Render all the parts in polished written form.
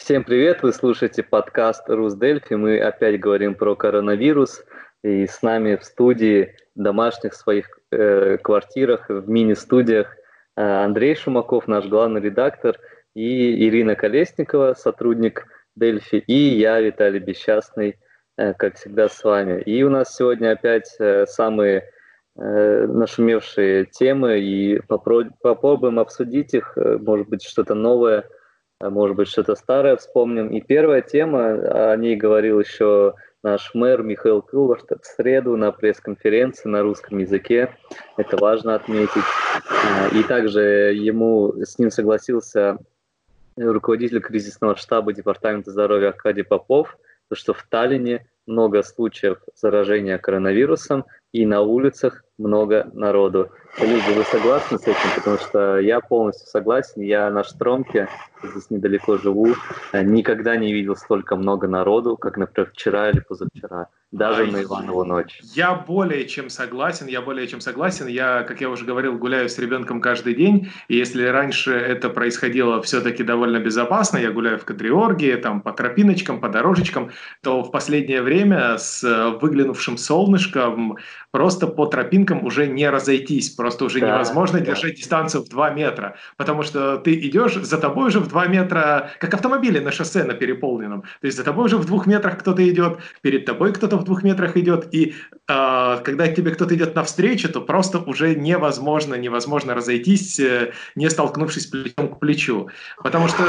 Всем привет! Вы слушаете подкаст «Русдельфи». Мы опять говорим про коронавирус. И с нами в студии, в домашних своих квартирах, в мини-студиях Андрей Шумаков, наш главный редактор, и Ирина Колесникова, сотрудник Дельфи, и я, Виталий Бесчастный, как всегда с вами. И у нас сегодня опять самые нашумевшие темы, и попробуем обсудить их, может быть, что-то новое, может быть, что-то старое вспомним. И первая тема, о ней говорил еще наш мэр Михаил Кылварт в среду на пресс-конференции на русском языке. Это важно отметить. И также с ним согласился руководитель кризисного штаба Департамента здоровья Аркадий Попов, то, что в Таллине много случаев заражения коронавирусом, и на улицах много народу. Люди, вы согласны с этим? Потому что я полностью согласен. Я на Штромке, здесь недалеко живу, никогда не видел столько много народу, как, например, вчера или позавчера. Даже на Иванову ночь. Я более чем согласен. Я, как я уже говорил, гуляю с ребенком каждый день. И если раньше это происходило все-таки довольно безопасно, я гуляю в Кадриорге, там по тропиночкам, по дорожечкам, то в последнее время с выглянувшим солнышком просто по тропинкам уже не разойтись. Просто уже невозможно держать дистанцию в 2 метра. Потому что ты идешь, за тобой уже в 2 метра, как автомобили на шоссе на переполненном. То есть за тобой уже в 2 метрах кто-то идет, перед тобой кто-то в 2 метрах идет, и когда к тебе кто-то идет навстречу, то просто уже невозможно разойтись, не столкнувшись плечом к плечу. Потому что,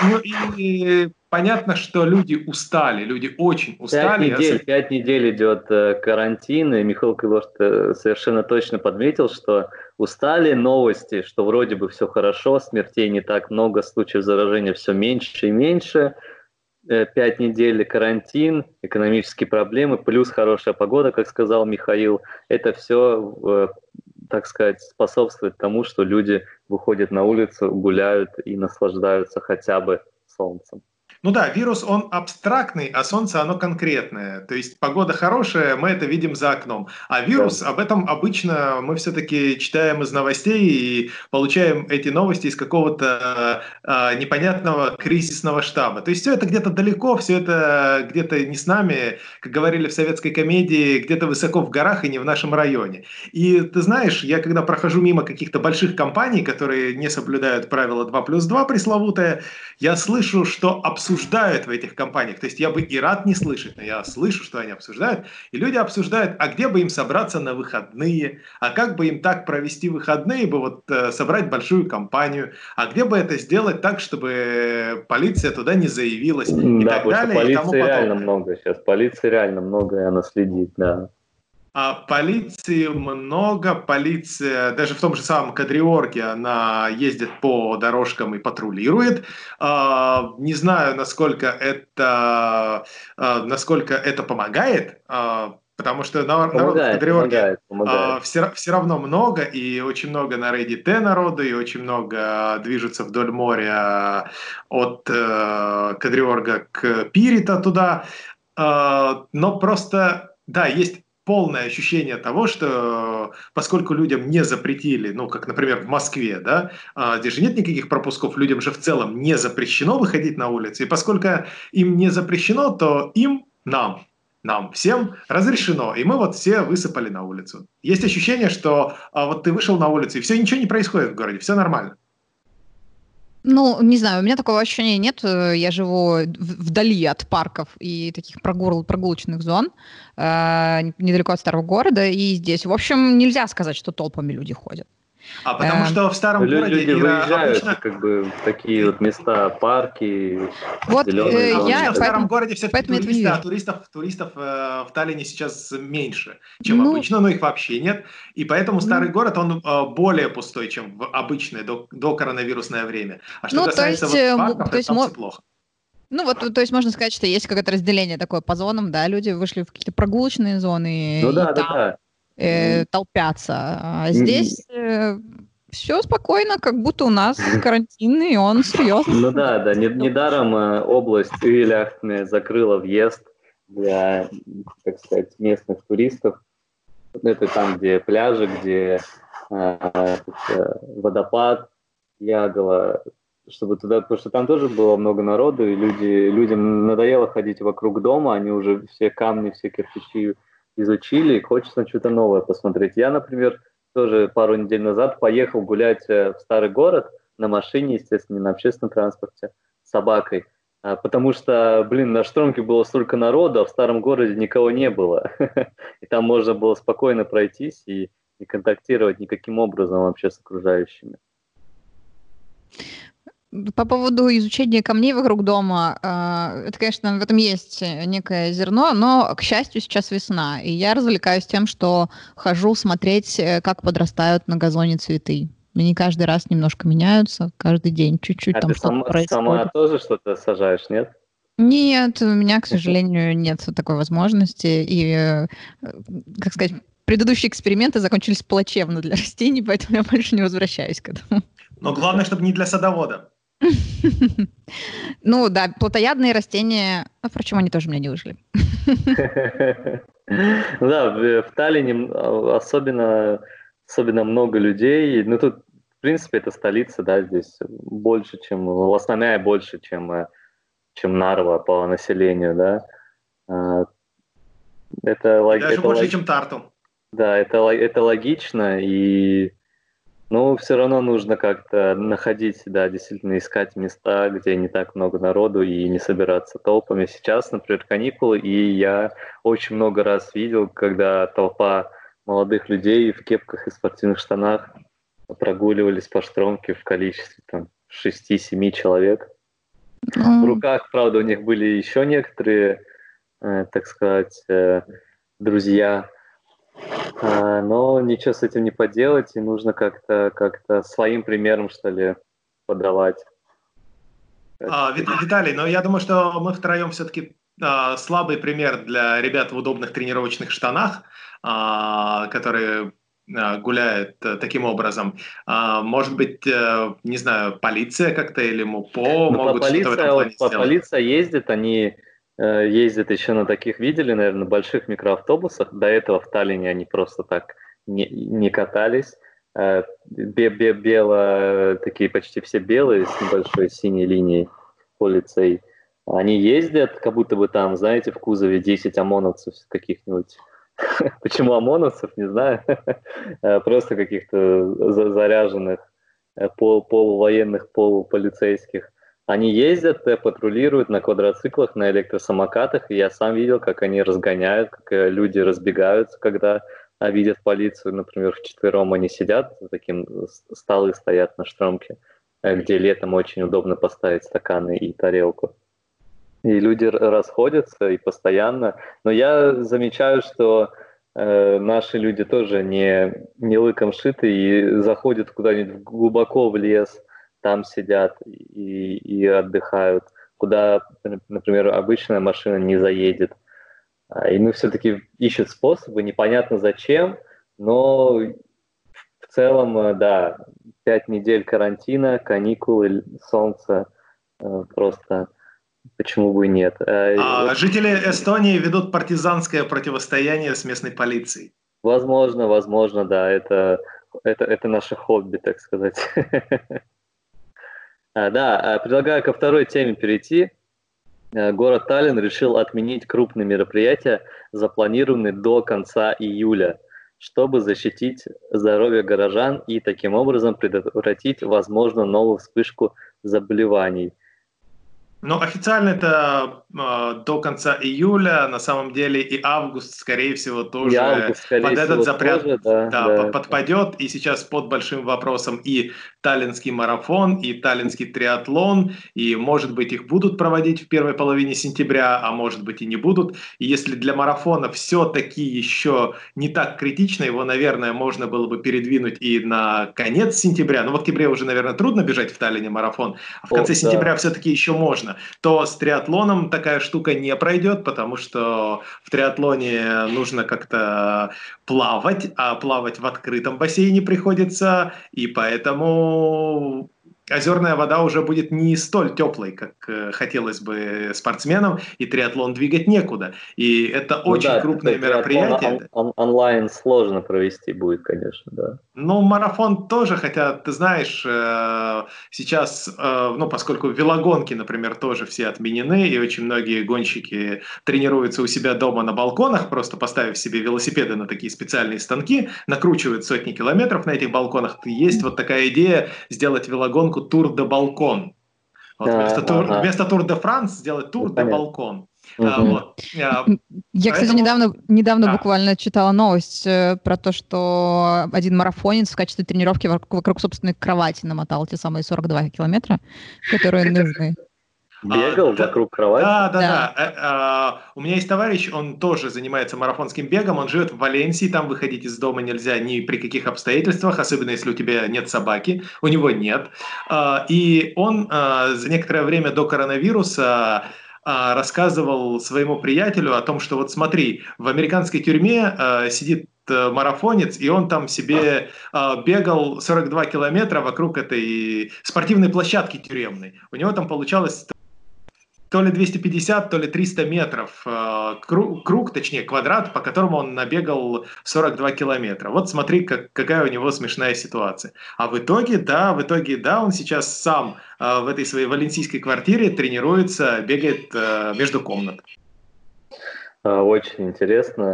понятно, что люди устали, люди очень устали. 5 недель идет карантин, и Михаил Кылварт совершенно точно подметил, что устали новости, что вроде бы все хорошо, смертей не так много, случаев заражения все меньше и меньше. 5 недель карантин, экономические проблемы, плюс хорошая погода, как сказал Михаил. Это все, так сказать, способствует тому, что люди выходят на улицу, гуляют и наслаждаются хотя бы солнцем. Ну да, вирус, он абстрактный, а солнце, оно конкретное. То есть погода хорошая, мы это видим за окном. А вирус, об этом обычно мы все-таки читаем из новостей и получаем эти новости из какого-то непонятного кризисного штаба. То есть все это где-то далеко, все это где-то не с нами, как говорили в советской комедии, где-то высоко в горах и не в нашем районе. И ты знаешь, я когда прохожу мимо каких-то больших компаний, которые не соблюдают правило 2+2 пресловутое, я слышу, что обсуждают в этих компаниях. То есть я бы и рад не слышать, но я слышу, что они обсуждают. И люди обсуждают, а где бы им собраться на выходные, а как бы им так провести выходные, бы вот собрать большую компанию, а где бы это сделать так, чтобы полиция туда не заявилась, и да, так далее, и тому подобное. Реально много сейчас, полиции реально много, и она следит, да. Полиции много, полиция даже в том же самом Кадриорге, она ездит по дорожкам и патрулирует. Не знаю, насколько это помогает, потому что народу в Кадриорге все равно много, и очень много на Reddit народу, и очень много движется вдоль моря от Кадриорга к Пирита туда. Но просто, да, есть полное ощущение того, что поскольку людям не запретили, ну, как, например, в Москве, да, где же нет никаких пропусков, людям же в целом не запрещено выходить на улицу, и поскольку им не запрещено, то нам всем разрешено, и мы вот все высыпали на улицу. Есть ощущение, что вот ты вышел на улицу, и все, ничего не происходит в городе, все нормально. Ну, не знаю, у меня такого ощущения нет. Я живу вдали от парков и таких прогулочных зон, недалеко от старого города, и здесь, в общем, нельзя сказать, что толпами люди ходят. Потому что в старом городе люди выезжают обычно как бы в такие вот места, парки, вот в старом городе все-таки туристы, а туристов в Таллине сейчас меньше, чем обычно, но их вообще нет. И поэтому старый город, он более пустой, чем в обычное до коронавирусное время. А что касается парков, то там все плохо. Ну вот, то есть можно сказать, что есть какое-то разделение такое по зонам, да, люди вышли в какие-то прогулочные зоны, толпятся. А здесь все спокойно, как будто у нас карантин, и он серьезный. Ну да, недаром область Уиляхтне закрыла въезд для, так сказать, местных туристов. Это там, где пляжи, где водопад, Ягола, чтобы туда, потому что там тоже было много народу, и людям надоело ходить вокруг дома, они уже все камни, все кирпичи изучили, и хочется что-то новое посмотреть. Я, например, тоже пару недель назад поехал гулять в старый город на машине, естественно, не на общественном транспорте, с собакой, потому что, на Штромке было столько народу, а в старом городе никого не было. И там можно было спокойно пройтись и не контактировать никаким образом вообще с окружающими. По поводу изучения камней вокруг дома, это, конечно, в этом есть некое зерно, но, к счастью, сейчас весна, и я развлекаюсь тем, что хожу смотреть, как подрастают на газоне цветы. Они каждый раз немножко меняются, каждый день чуть-чуть там что-то происходит. Сама тоже что-то сажаешь, нет? Нет, у меня, к сожалению, нет такой возможности, и, как сказать, предыдущие эксперименты закончились плачевно для растений, поэтому я больше не возвращаюсь к этому. Но главное, чтобы не для садовода. Ну да, плотоядные растения, впрочем, они тоже меня не выжили. Да, в Таллине особенно много людей. Ну тут, в принципе, это столица, да, здесь больше, чем Лоснаmäe, больше, чем Нарва по населению, да. Даже больше, чем Тарту. Да, это логично, и все равно нужно как-то находить, да, действительно искать места, где не так много народу и не собираться толпами. Сейчас, например, каникулы, и я очень много раз видел, когда толпа молодых людей в кепках и спортивных штанах прогуливались по Штромке в количестве 6-7 человек. В руках, правда, у них были еще некоторые, так сказать, друзья, но ничего с этим не поделать, и нужно как-то своим примером, что ли, подавать. Виталий, но я думаю, что мы втроем все-таки слабый пример для ребят в удобных тренировочных штанах, которые гуляют таким образом. Может быть, не знаю, полиция как-то или МУПО могут что-то в этом плане сделать? Полиция ездит, они ездят еще на таких, видели, наверное, больших микроавтобусах. До этого в Таллине они просто так не катались. Такие почти все белые с небольшой синей линией полицей. Они ездят, как будто бы там, знаете, в кузове 10 ОМОНовцев каких-нибудь. Почему ОМОНовцев, не знаю. Просто каких-то заряженных полувоенных, полуполицейских. Они ездят, патрулируют на квадроциклах, на электросамокатах, и я сам видел, как они разгоняют, как люди разбегаются, когда видят полицию. Например, вчетвером они сидят, таким столы стоят на Штромке, где летом очень удобно поставить стаканы и тарелку. И люди расходятся, и постоянно. Но я замечаю, что наши люди тоже не лыком шиты и заходят куда-нибудь глубоко в лес, там сидят и отдыхают, куда, например, обычная машина не заедет. И все-таки ищут способы, непонятно зачем, но в целом, да, 5 недель карантина, каникулы, солнце, просто почему бы и нет. Жители Эстонии ведут партизанское противостояние с местной полицией. Возможно, да, это наше хобби, так сказать. Да, предлагаю ко второй теме перейти. Город Таллин решил отменить крупные мероприятия, запланированные до конца июля, чтобы защитить здоровье горожан и таким образом предотвратить, возможно, новую вспышку заболеваний. Но официально это до конца июля, на самом деле и август, скорее всего, тоже под этот запрет подпадет. И сейчас под большим вопросом и таллинский марафон, и таллинский триатлон, и, может быть, их будут проводить в первой половине сентября, а может быть и не будут. И если для марафона все-таки еще не так критично, его, наверное, можно было бы передвинуть и на конец сентября. Но в октябре уже, наверное, трудно бежать в Таллине марафон, а в конце сентября все-таки еще можно. То с триатлоном такая штука не пройдет, потому что в триатлоне нужно как-то плавать, а плавать в открытом бассейне приходится, и поэтому озерная вода уже будет не столь теплой, как хотелось бы спортсменам, и триатлон двигать некуда. И это очень крупное мероприятие. Онлайн сложно провести будет, конечно, да. Ну, марафон тоже, хотя, ты знаешь, сейчас, поскольку велогонки, например, тоже все отменены, и очень многие гонщики тренируются у себя дома на балконах, просто поставив себе велосипеды на такие специальные станки, накручивают сотни километров на этих балконах. Есть вот такая идея сделать велогонку «Тур де Балкон». Вот Ага, вместо Тур де Франс сделать ну Тур де понятно. Балкон. Мгм. Вот. Я, кстати, Поэтому, недавно да. буквально читала новость про то, что один марафонец в качестве тренировки вокруг собственной кровати намотал те самые 42 километра, которые нужны. Бегал Да, вокруг кровати? да, да, Да. да. У меня есть товарищ, он тоже занимается марафонским бегом, он живет в Валенсии, там выходить из дома нельзя ни при каких обстоятельствах, особенно если у тебя нет собаки, у него нет. И он за некоторое время до коронавируса рассказывал своему приятелю о том, что вот смотри, в американской тюрьме сидит марафонец, и он там себе бегал 42 километра вокруг этой спортивной площадки тюремной. У него там получалось то ли 250, то ли 300 метров круг, точнее квадрат, по которому он набегал 42 километра. Вот смотри, какая у него смешная ситуация. А в итоге, да, он сейчас сам в этой своей валенсийской квартире тренируется, бегает между комнат. Очень интересно.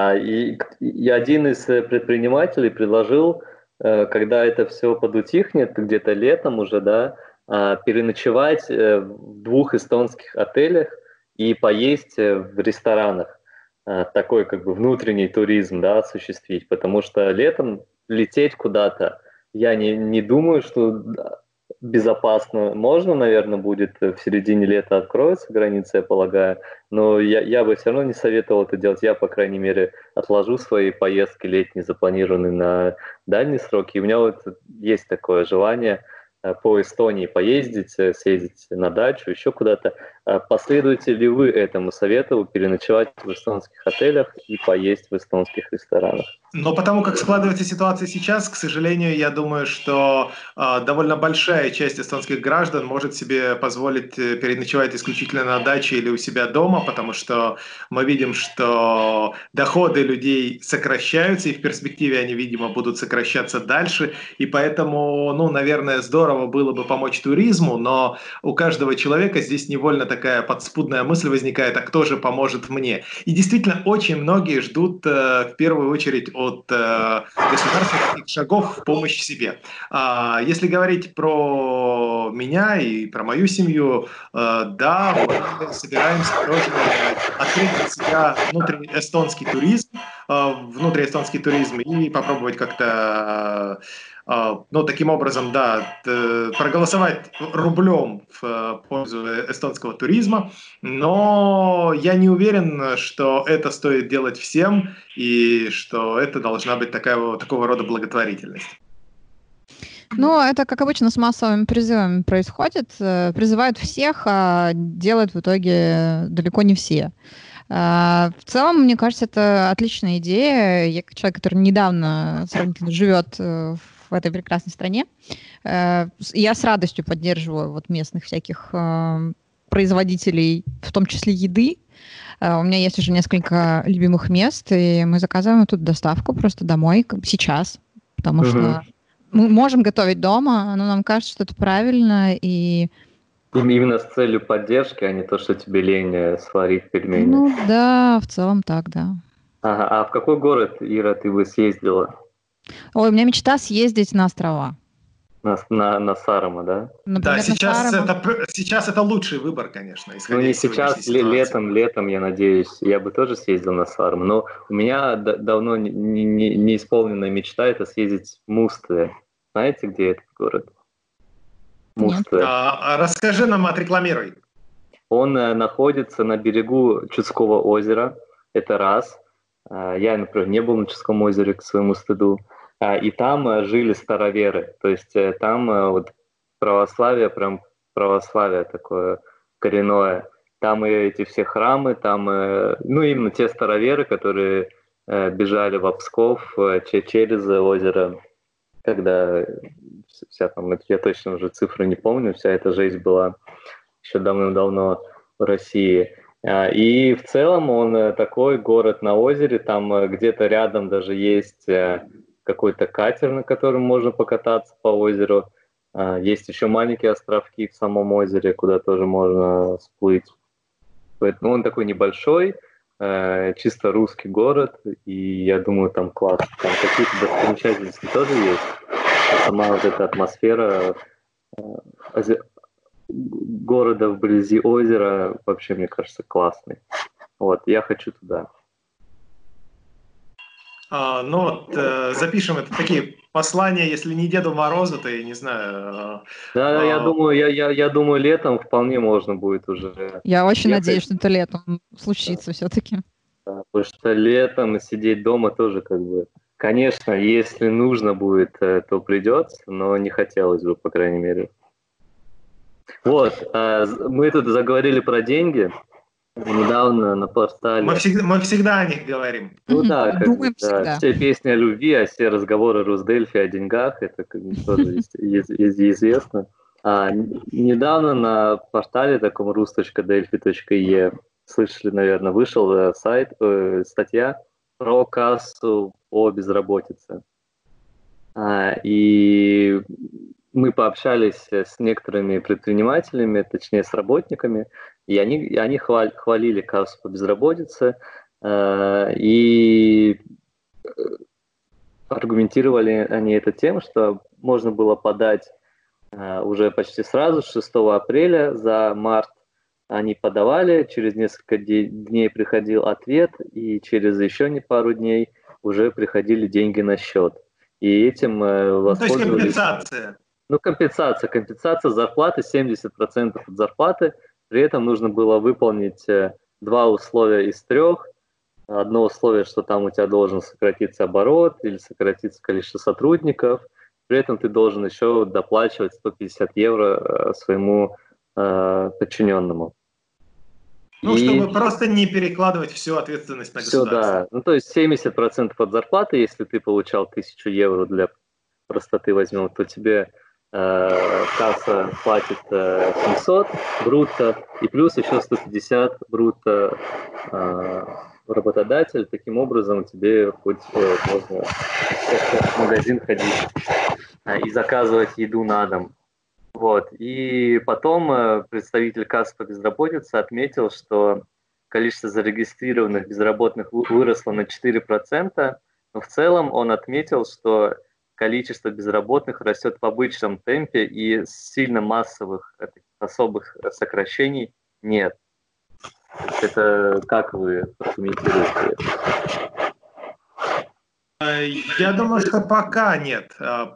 И один из предпринимателей предложил, когда это все подутихнет, где-то летом уже, да, переночевать в 2 эстонских отелях и поесть в ресторанах. Такой как бы внутренний туризм, да, осуществить, потому что летом лететь куда-то, я не думаю, что безопасно. Можно, наверное, будет в середине лета откроются границы, я полагаю, но я бы все равно не советовал это делать. Я, по крайней мере, отложу свои поездки летние, запланированные на дальний срок. И у меня вот есть такое желание по Эстонии поездить, съездить на дачу, еще куда-то. Последуете ли вы этому совету переночевать в эстонских отелях и поесть в эстонских ресторанах? Но потому как складывается ситуация сейчас, к сожалению, я думаю, что довольно большая часть эстонских граждан может себе позволить переночевать исключительно на даче или у себя дома, потому что мы видим, что доходы людей сокращаются, и в перспективе они, видимо, будут сокращаться дальше. И поэтому, наверное, здорово было бы помочь туризму, но у каждого человека здесь невольно такая подспудная мысль возникает, а кто же поможет мне? И действительно, очень многие ждут в первую очередь от государства таких шагов в помощь себе. Если говорить про меня и про мою семью, да, мы собираемся тоже открыть для себя внутриэстонский туризм и попробовать как-то таким образом, да, проголосовать рублем в пользу эстонского туризма, но я не уверен, что это стоит делать всем и что это должна быть такого рода благотворительность. Ну, это, как обычно, с массовыми призывами происходит. Призывают всех, а делают в итоге далеко не все. В целом, мне кажется, это отличная идея. Я как человек, который недавно сравнительно живет в этой прекрасной стране, я с радостью поддерживаю вот местных всяких производителей, в том числе еды. У меня есть уже несколько любимых мест, и мы заказываем тут доставку просто домой сейчас, потому что мы можем готовить дома, но нам кажется, что это правильно, и... Именно с целью поддержки, а не то, что тебе лень сварить пельмени. Ну да, в целом так, да. Ага, а в какой город, Ира, ты бы съездила? Ой, у меня мечта съездить на острова. На Сарамо, да? Например, Да, на Сарамо. сейчас это лучший выбор, конечно, Ну, исходя не из сегодняшней сейчас, ситуации. летом, я надеюсь, я бы тоже съездил на Сарамо, но у меня давно не исполненная мечта – это съездить в Мустове. Знаете, где этот город? Нет. Мустове. Расскажи нам, отрекламируй. Он находится на берегу Чудского озера, это раз. Я, например, не был на Чудском озере, к своему стыду. И там жили староверы, то есть там вот православие, прям православие такое коренное. Там и эти все храмы, там, именно те староверы, которые бежали в Псков через озеро, когда вся там, я точно уже цифры не помню, вся эта жесть была еще давным-давно в России. И в целом он такой город на озере, там где-то рядом даже есть какой-то катер, на котором можно покататься по озеру. Есть еще маленькие островки в самом озере, куда тоже можно всплыть. Поэтому он такой небольшой, чисто русский город, и я думаю, там классно. Там какие-то достопримечательности тоже есть. Сама вот эта атмосфера города вблизи озера вообще, мне кажется, классный. Вот, я хочу туда. Запишем это такие послания, если не Деду Морозу, то я не знаю. Да, я думаю, летом вполне можно будет уже. Я очень ехать. надеюсь, что это летом случится все-таки. Да, потому что летом сидеть дома тоже как бы... Конечно, если нужно будет, то придется, но не хотелось бы, по крайней мере. Вот, мы тут заговорили про деньги. Недавно на портале... Мы всегда о них говорим. Ну да, Думаем всегда. все песни о любви, а все разговоры Русдельфи о деньгах, это как бы тоже известно. Недавно на портале таком rus.delphi.e, слышали, наверное, вышел статья про кассу по безработице. И мы пообщались с некоторыми предпринимателями, точнее с работниками, и они хвалили кассу по безработице и аргументировали они это тем, что можно было подать уже почти сразу, 6 апреля за март. Они подавали, через несколько дней приходил ответ, и через еще не пару дней уже приходили деньги на счет. И этим воспользовались... То есть компенсация. Компенсация зарплаты, 70% от зарплаты. При этом нужно было выполнить 2 условия из 3. Одно условие, что там у тебя должен сократиться оборот или сократиться количество сотрудников. При этом ты должен еще доплачивать 150 евро своему подчиненному. Чтобы просто не перекладывать всю ответственность на государство. Да. То есть 70% от зарплаты, если ты получал 1000 евро, для простоты возьмем, то тебе касса платит 700 брутто, и плюс еще 150 брутто работодатель. Таким образом, тебе хоть можно в магазин ходить и заказывать еду на дом. Вот. И потом представитель кассы по безработице отметил, что количество зарегистрированных безработных выросло на 4%, но в целом он отметил, что количество безработных растет в обычном темпе, и сильно массовых особых сокращений нет. Это как вы прокомментируете? Я думаю, что пока нет.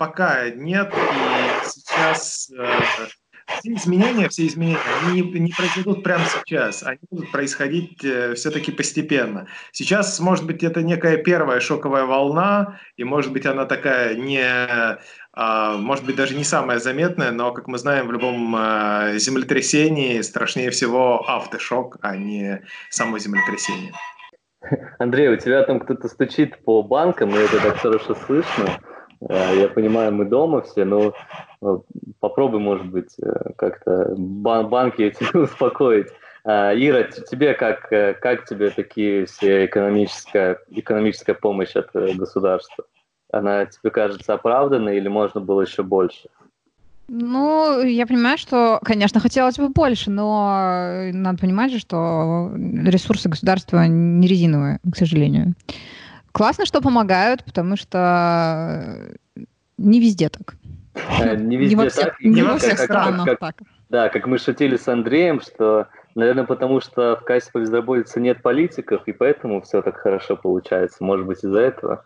И сейчас все изменения, они не произойдут прямо сейчас. Они будут происходить все-таки постепенно. Сейчас, может быть, это некая первая шоковая волна, и, может быть, она такая может быть, даже не самая заметная, но, как мы знаем, в любом землетрясении страшнее всего автошок, а не само землетрясение. Андрей, у тебя там кто-то стучит по банкам, и это так хорошо слышно. Я понимаю, мы дома все, но попробуй, может быть, как-то банки эти успокоить. Ира, тебе как тебе такие все экономическая помощь от государства? Она тебе кажется оправданной или можно было еще больше? Я понимаю, что, конечно, хотелось бы больше, но надо понимать же, что ресурсы государства не резиновые, к сожалению. Классно, что помогают, потому что не везде так. Не везде так. Не во всех странах так. Да, как мы шутили с Андреем, что, наверное, потому что в кассе по безработице нет политиков, и поэтому все так хорошо получается. Может быть, из-за этого?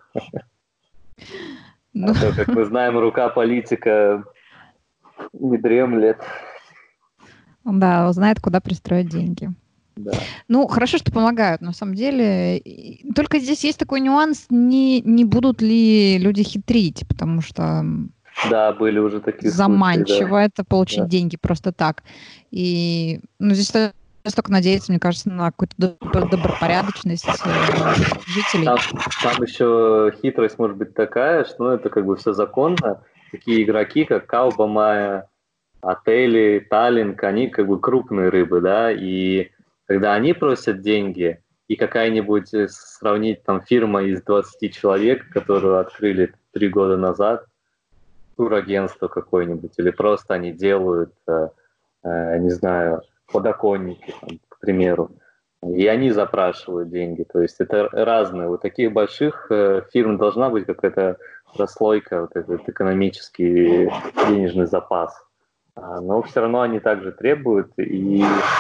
А то, как мы знаем, рука политика не дремлет. Да, знает, куда пристроить деньги. Да. Хорошо, что помогают, на самом деле. Только здесь есть такой нюанс, не будут ли люди хитрить, потому что да, были уже такие заманчиво случаи, да. Это получить деньги просто так. И здесь только надеяться, мне кажется, на какую-то добропорядочность жителей. Там еще хитрость может быть такая, что это как бы все законно. Такие игроки, как Кауба Майя, отели, Таллинк, они как бы крупные рыбы, да, и когда они просят деньги, и какая-нибудь, сравнить там фирма из 20 человек, которую открыли 3 года назад, турагентство какое-нибудь, или просто они делают, не знаю, подоконники, там, к примеру, и они запрашивают деньги. То есть это разное. У таких больших фирм должна быть какая-то прослойка, вот этот экономический денежный запас. Но все равно они также требуют, и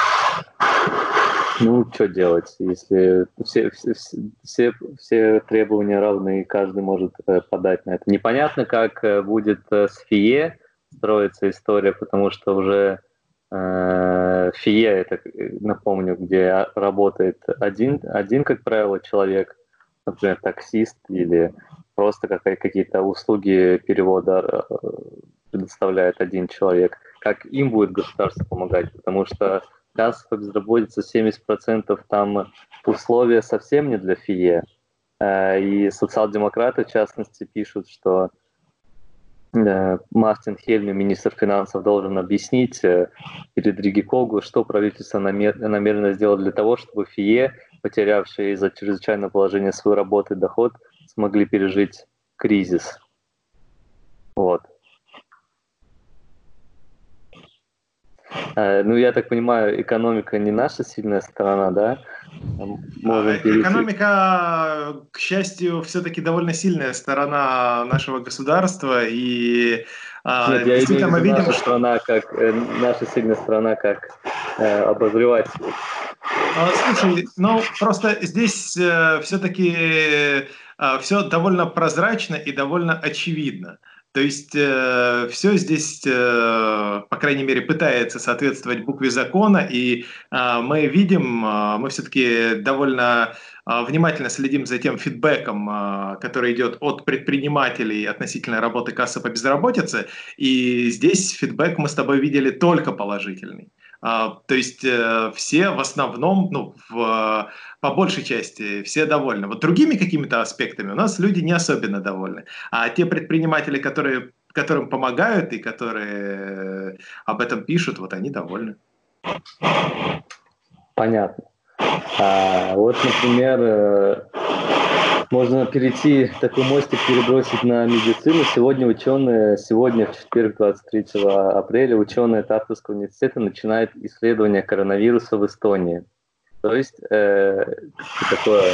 ну, что делать, если все требования равны, и каждый может подать на это. Непонятно, как будет с ФИЕ строиться история, потому что уже ФИЕ, это, напомню, где работает один, как правило, человек, например, таксист или просто какие-то услуги перевода предоставляет один человек. Как им будет государство помогать? Потому что кассовая безработица 70%, там условия совсем не для ФИЕ. И социал-демократы, в частности, пишут, что Мартин Хельми, министр финансов, должен объяснить перед Риги Когу, что правительство намерено сделать для того, чтобы ФИЕ, потерявшие из-за чрезвычайного положения свою работу и доход, смогли пережить кризис. Вот. Ну, я так понимаю, экономика не наша сильная сторона, да? Экономика, к счастью, все-таки довольно сильная сторона нашего государства, и нет, я действительно мы видим, что наша сильная страна как обозреватель. Слушай, ну просто здесь все-таки все довольно прозрачно и довольно очевидно. То есть все здесь, по крайней мере, пытается соответствовать букве закона, и мы видим, мы все-таки довольно внимательно следим за тем фидбэком, который идет от предпринимателей относительно работы кассы по безработице, и здесь фидбэк мы с тобой видели только положительный. То есть все в основном, ну, по большей части, все довольны. Вот другими какими-то аспектами у нас люди не особенно довольны. А те предприниматели, которым помогают и которые об этом пишут, вот они довольны. Понятно. Вот, например, можно перейти, такой мостик перебросить на медицину. Сегодня, в четверг, 23 апреля, ученые Тартовского университета начинают исследование коронавируса в Эстонии. То есть такое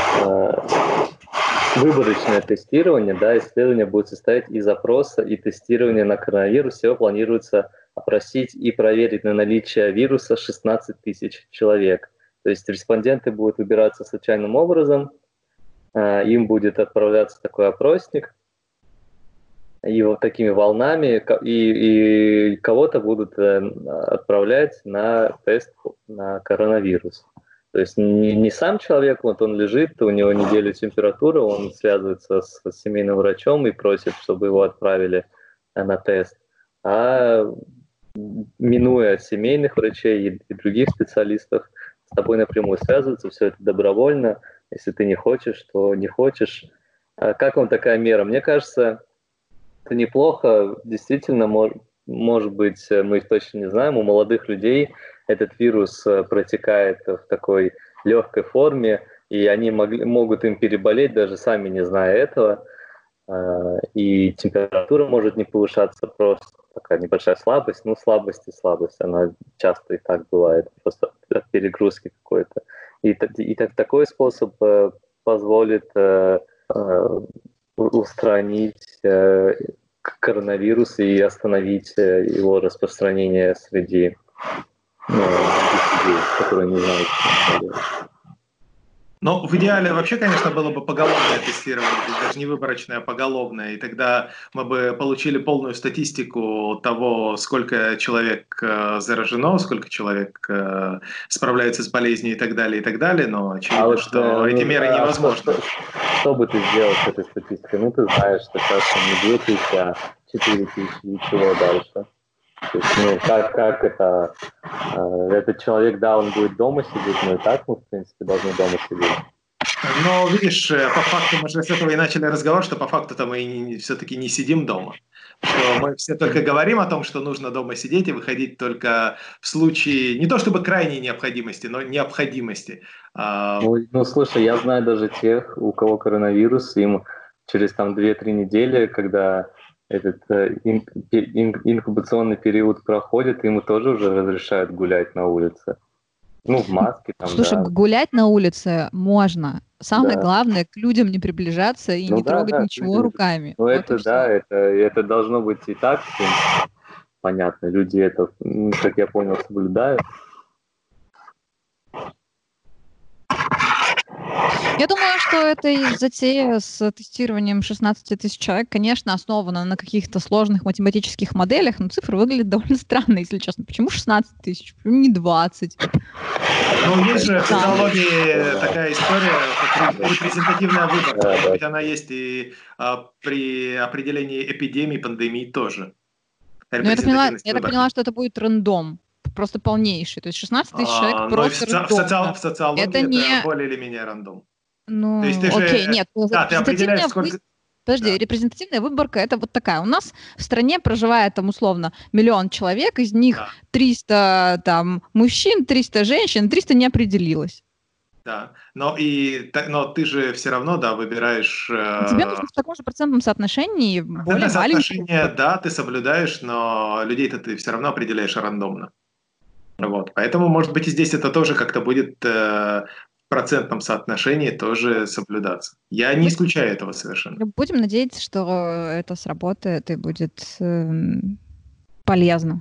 выборочное тестирование, да, исследование будет состоять из опроса и тестирования на коронавирус. Всего планируется опросить и проверить на наличие вируса 16 тысяч человек. То есть респонденты будут выбираться случайным образом, им будет отправляться такой опросник, и вот такими волнами, и кого-то будут отправлять на тест на коронавирус. То есть не сам человек, вот он лежит, у него неделю температура, он связывается с семейным врачом и просит, чтобы его отправили на тест, а минуя семейных врачей и других специалистов, с тобой напрямую связываются, все это добровольно. Если ты не хочешь, то не хочешь. Как вам такая мера? Мне кажется, это неплохо. Действительно, может быть, мы точно не знаем, у молодых людей этот вирус протекает в такой легкой форме, и они могут им переболеть, даже сами не зная этого. И температура может не повышаться, просто такая небольшая слабость. Ну, слабость, она часто и так бывает, просто от перегрузки какой-то. И такой способ позволит устранить коронавирус и остановить его распространение среди людей, которые не знают, что делать. Но в идеале вообще, конечно, было бы поголовное тестирование, даже не выборочное, а поголовное, и тогда мы бы получили полную статистику того, сколько человек заражено, сколько человек справляется с болезнью и так далее, но очевидно, что эти меры невозможны. Что бы ты сделал с этой статистикой? Ну, ты знаешь, что сейчас не 2000, а 4000, и чего дальше? То есть, ну, как это? Этот человек, да, он будет дома сидеть, но и так мы, в принципе, должны дома сидеть. Но, видишь, по факту мы же с этого и начали разговор, что по факту-то мы все-таки не сидим дома. Что мы все только говорим о том, что нужно дома сидеть и выходить только в случае, не то чтобы крайней необходимости, но необходимости. Ну, слушай, я знаю даже тех, у кого коронавирус, им через там 2-3 недели, когда этот инкубационный период проходит, ему тоже уже разрешают гулять на улице. Ну, в маске там, Слушай, да. гулять на улице можно. Самое Да. главное, к людям не приближаться и не трогать ничего руками. Ну, Вот это и да, всё. это должно быть и так, понятно. Люди это, как я понял, соблюдают. Я думаю, что эта затея с тестированием 16 тысяч человек, конечно, основана на каких-то сложных математических моделях, но цифры выглядят довольно странно, если честно. Почему 16 тысяч? Почему не 20? Ну, есть же в социологии такая история, как репрезентативная выборка. Может быть, она есть и при определении эпидемий, пандемий тоже. Но я так поняла, что это будет рандом. Просто полнейший. То есть 16 тысяч человек Но просто рандомно. в социологии это более или менее рандом. Ну, То есть ты окей, же... нет. Да, ты определяешь, сколько... Подожди, да. Репрезентативная выборка это вот такая. У нас в стране проживает там условно 1 000 000 человек, из них 300 там мужчин, 300 женщин, 300 не определилось. Да, но ты же все равно, да, выбираешь... Тебе нужно в таком же процентном соотношении более маленькое. Да, ты соблюдаешь, но людей-то ты все равно определяешь рандомно. Вот, поэтому, может быть, и здесь это тоже как-то будет в процентном соотношении тоже соблюдаться. Я не исключаю этого совершенно. Будем надеяться, что это сработает и будет полезно.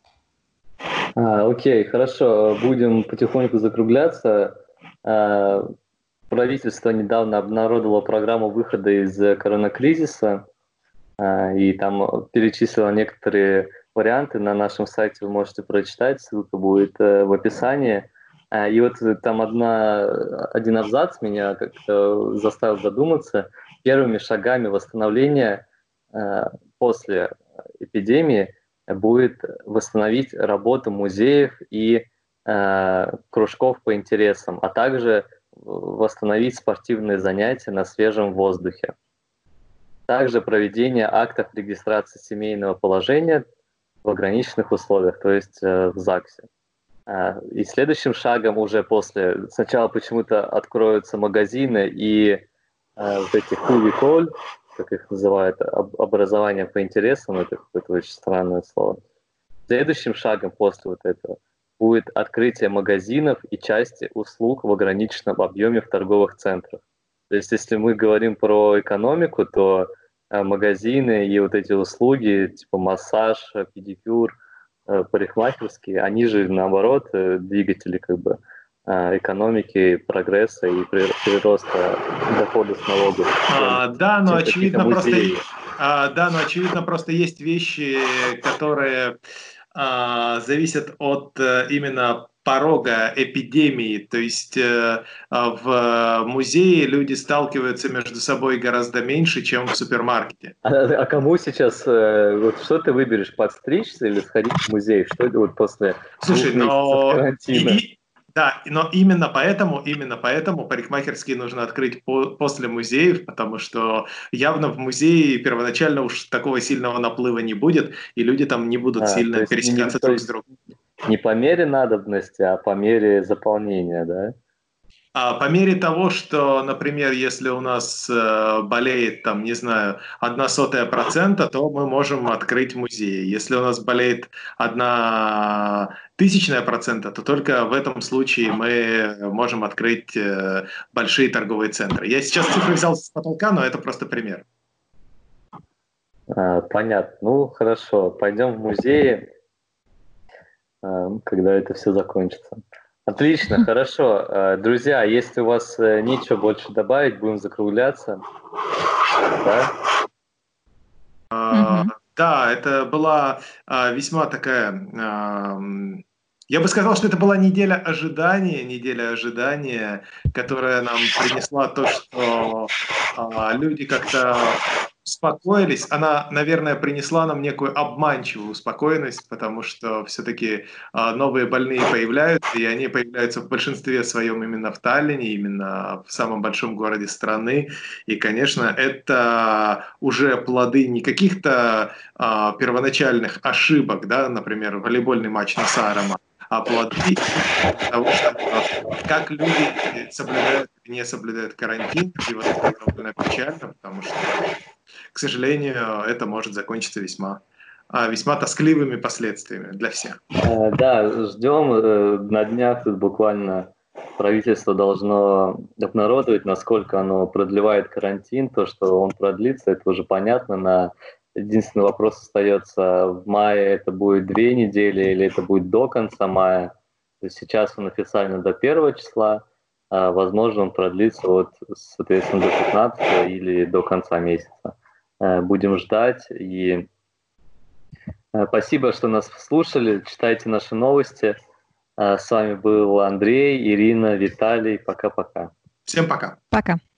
Окей, хорошо. Будем потихоньку закругляться. Правительство недавно обнародовало программу выхода из коронакризиса, и там перечислило некоторые варианты. На нашем сайте вы можете прочитать, ссылка будет в описании. И вот там один абзац меня как-то заставил задуматься. Первыми шагами восстановления после эпидемии будет восстановить работу музеев и кружков по интересам, а также восстановить спортивные занятия на свежем воздухе. Также проведение актов регистрации семейного положения в ограниченных условиях, то есть в ЗАГСе. И следующим шагом уже сначала почему-то откроются магазины и вот эти куви-коль, как их называют, образование по интересам, это какое-то очень странное слово. Следующим шагом после вот этого будет открытие магазинов и части услуг в ограниченном объеме в торговых центрах. То есть если мы говорим про экономику, то магазины и вот эти услуги, типа массаж, педикюр, парикмахерские, они же, наоборот, двигатели как бы экономики, прогресса и прироста доходов с налогов. Да, но очевидно просто есть вещи, которые зависят от именно порога эпидемии, то есть в музее люди сталкиваются между собой гораздо меньше, чем в супермаркете. А кому сейчас, вот что ты выберешь, подстричься или сходить в музей? Что это вот после 2 месяцев карантина? Да, но именно поэтому парикмахерские нужно открыть после музеев, потому что явно в музее первоначально уж такого сильного наплыва не будет, и люди там не будут сильно пересекаться друг с другом. Не по мере надобности, а по мере заполнения, да? По мере того, что, например, если у нас болеет, там, не знаю, 0,01%, то мы можем открыть музей. Если у нас болеет 0,01%, то только в этом случае мы можем открыть большие торговые центры. Я сейчас цифры взял с потолка, но это просто пример. Понятно. Ну, хорошо. Пойдем в музей, когда это все закончится. Отлично, хорошо. Друзья, если у вас нечего больше добавить, будем закругляться. Да? Да, это была весьма такая... Я бы сказал, что это была неделя ожидания, которая нам принесла то, что люди как-то успокоились. Она, наверное, принесла нам некую обманчивую успокоенность, потому что все-таки новые больные появляются, и они появляются в большинстве своем именно в Таллине, именно в самом большом городе страны. И, конечно, это уже плоды не каких-то первоначальных ошибок, да, например, волейбольный матч Насарома, а плоды того, что как люди соблюдают не соблюдают карантин, и вот это довольно печально, потому что, к сожалению, это может закончиться весьма тоскливыми последствиями для всех. Да, ждем. На днях тут буквально правительство должно обнародовать, насколько оно продлевает карантин. То, что он продлится, это уже понятно. Единственный вопрос остается: в мае это будет 2 недели или это будет до конца мая. То есть сейчас он официально до 1 числа, а возможно он продлится соответственно, до 15 или до конца месяца. Будем ждать. И спасибо, что нас слушали. Читайте наши новости. С вами был Андрей, Ирина, Виталий. Пока-пока. Всем пока. Пока.